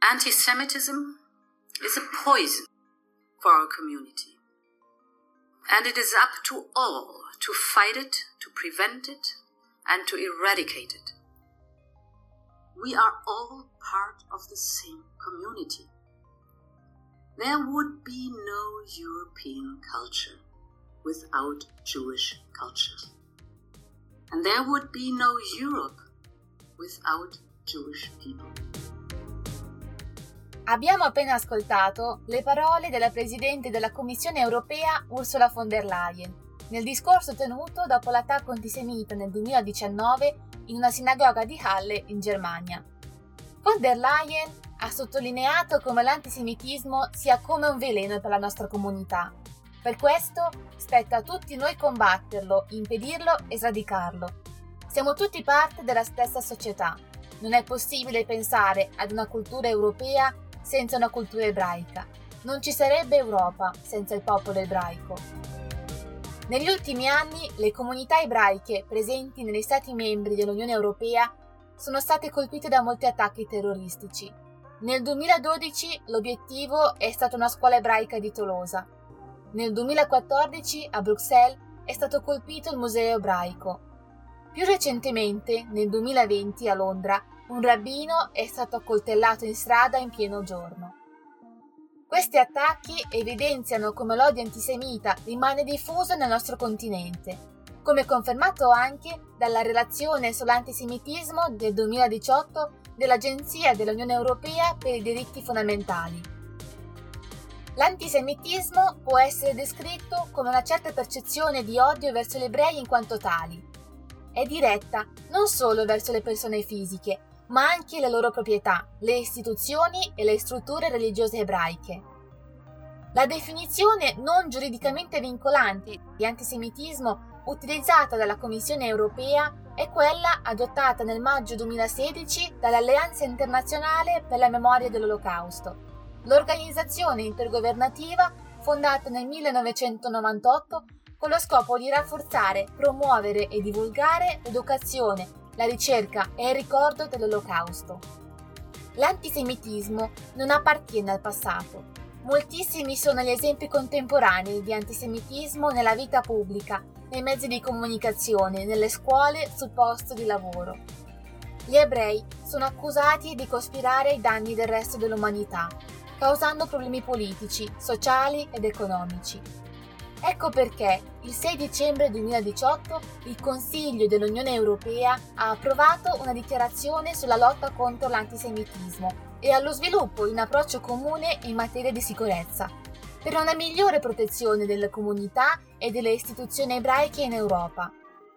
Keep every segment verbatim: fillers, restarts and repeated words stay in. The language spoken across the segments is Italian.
Anti-Semitism is a poison for our community, and it is up to all to fight it, to prevent it, and to eradicate it. We are all part of the same community. There would be no European culture without Jewish culture. And there would be no Europe without Jewish people. Abbiamo appena ascoltato le parole della Presidente della Commissione Europea Ursula von der Leyen nel discorso tenuto dopo l'attacco antisemita nel duemiladiciannove in una sinagoga di Halle in Germania. Von der Leyen ha sottolineato come l'antisemitismo sia come un veleno per la nostra comunità. Per questo spetta a tutti noi combatterlo, impedirlo e sradicarlo. Siamo tutti parte della stessa società. Non è possibile pensare ad una cultura europea senza una cultura ebraica. Non ci sarebbe Europa senza il popolo ebraico. Negli ultimi anni le comunità ebraiche presenti negli Stati membri dell'Unione Europea sono state colpite da molti attacchi terroristici. Nel duemiladodici l'obiettivo è stata una scuola ebraica di Tolosa. Nel duemilaquattordici a Bruxelles è stato colpito il Museo ebraico. Più recentemente, nel duemilaventi a Londra, un rabbino è stato accoltellato in strada in pieno giorno. Questi attacchi evidenziano come l'odio antisemita rimane diffuso nel nostro continente, come confermato anche dalla relazione sull'antisemitismo del duemiladiciotto dell'Agenzia dell'Unione Europea per i diritti fondamentali. L'antisemitismo può essere descritto come una certa percezione di odio verso gli ebrei in quanto tali. È diretta non solo verso le persone fisiche, ma anche le loro proprietà, le istituzioni e le strutture religiose ebraiche. La definizione non giuridicamente vincolante di antisemitismo utilizzata dalla Commissione europea è quella adottata nel maggio duemilasedici dall'Alleanza Internazionale per la Memoria dell'Olocausto, l'organizzazione intergovernativa fondata nel millenovecentonovantotto con lo scopo di rafforzare, promuovere e divulgare l'educazione, la ricerca e il ricordo dell'Olocausto. L'antisemitismo non appartiene al passato. Moltissimi sono gli esempi contemporanei di antisemitismo nella vita pubblica, nei mezzi di comunicazione, nelle scuole, sul posto di lavoro. Gli ebrei sono accusati di cospirare ai danni del resto dell'umanità, causando problemi politici, sociali ed economici. Ecco perché il sei dicembre duemiladiciotto il Consiglio dell'Unione Europea ha approvato una dichiarazione sulla lotta contro l'antisemitismo e allo sviluppo di un approccio comune in materia di sicurezza, per una migliore protezione delle comunità e delle istituzioni ebraiche in Europa.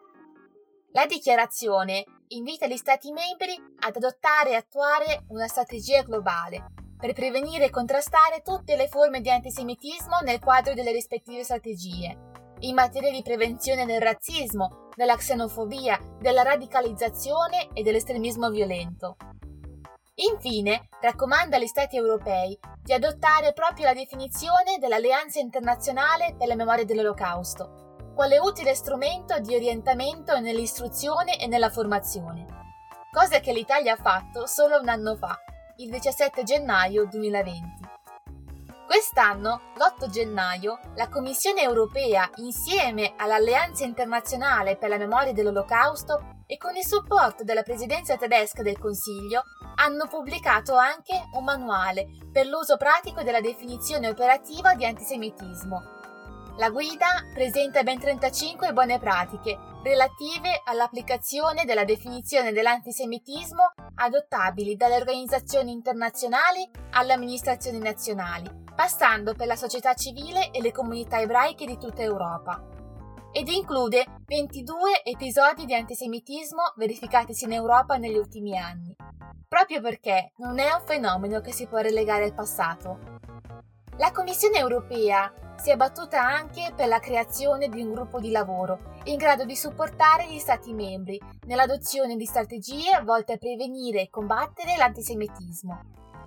La dichiarazione invita gli Stati membri ad adottare e attuare una strategia globale per prevenire e contrastare tutte le forme di antisemitismo nel quadro delle rispettive strategie, in materia di prevenzione del razzismo, della xenofobia, della radicalizzazione e dell'estremismo violento. Infine, raccomanda agli Stati europei di adottare proprio la definizione dell'Alleanza Internazionale per la Memoria dell'Olocausto, quale utile strumento di orientamento nell'istruzione e nella formazione, cosa che l'Italia ha fatto solo un anno fa, il diciassette gennaio duemilaventi. Quest'anno, l'otto gennaio, la Commissione europea, insieme all'Alleanza Internazionale per la Memoria dell'Olocausto e con il supporto della Presidenza tedesca del Consiglio, hanno pubblicato anche un manuale per l'uso pratico della definizione operativa di antisemitismo. La guida presenta ben trentacinque buone pratiche relative all'applicazione della definizione dell'antisemitismo adottabili dalle organizzazioni internazionali alle amministrazioni nazionali, passando per la società civile e le comunità ebraiche di tutta Europa. Ed include ventidue episodi di antisemitismo verificatisi in Europa negli ultimi anni, proprio perché non è un fenomeno che si può relegare al passato. La Commissione europea si è battuta anche per la creazione di un gruppo di lavoro in grado di supportare gli Stati membri nell'adozione di strategie volte a prevenire e combattere l'antisemitismo.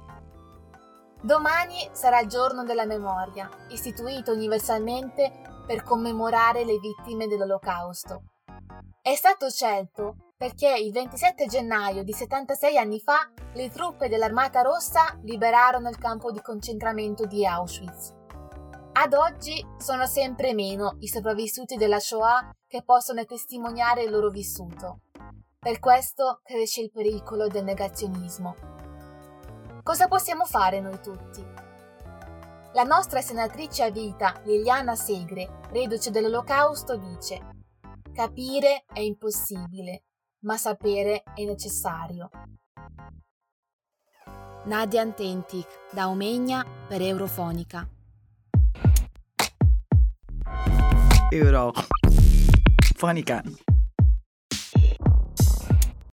Domani sarà il giorno della memoria, istituito universalmente per commemorare le vittime dell'Olocausto. È stato scelto perché il ventisette gennaio di settantasei anni fa le truppe dell'Armata Rossa liberarono il campo di concentramento di Auschwitz. Ad oggi sono sempre meno i sopravvissuti della Shoah che possono testimoniare il loro vissuto. Per questo cresce il pericolo del negazionismo. Cosa possiamo fare noi tutti? La nostra senatrice a vita, Liliana Segre, reduce dell'Olocausto, dice: capire è impossibile, ma sapere è necessario. Nadia Antentic, da Omegna per Eurofonica. Eurofonica.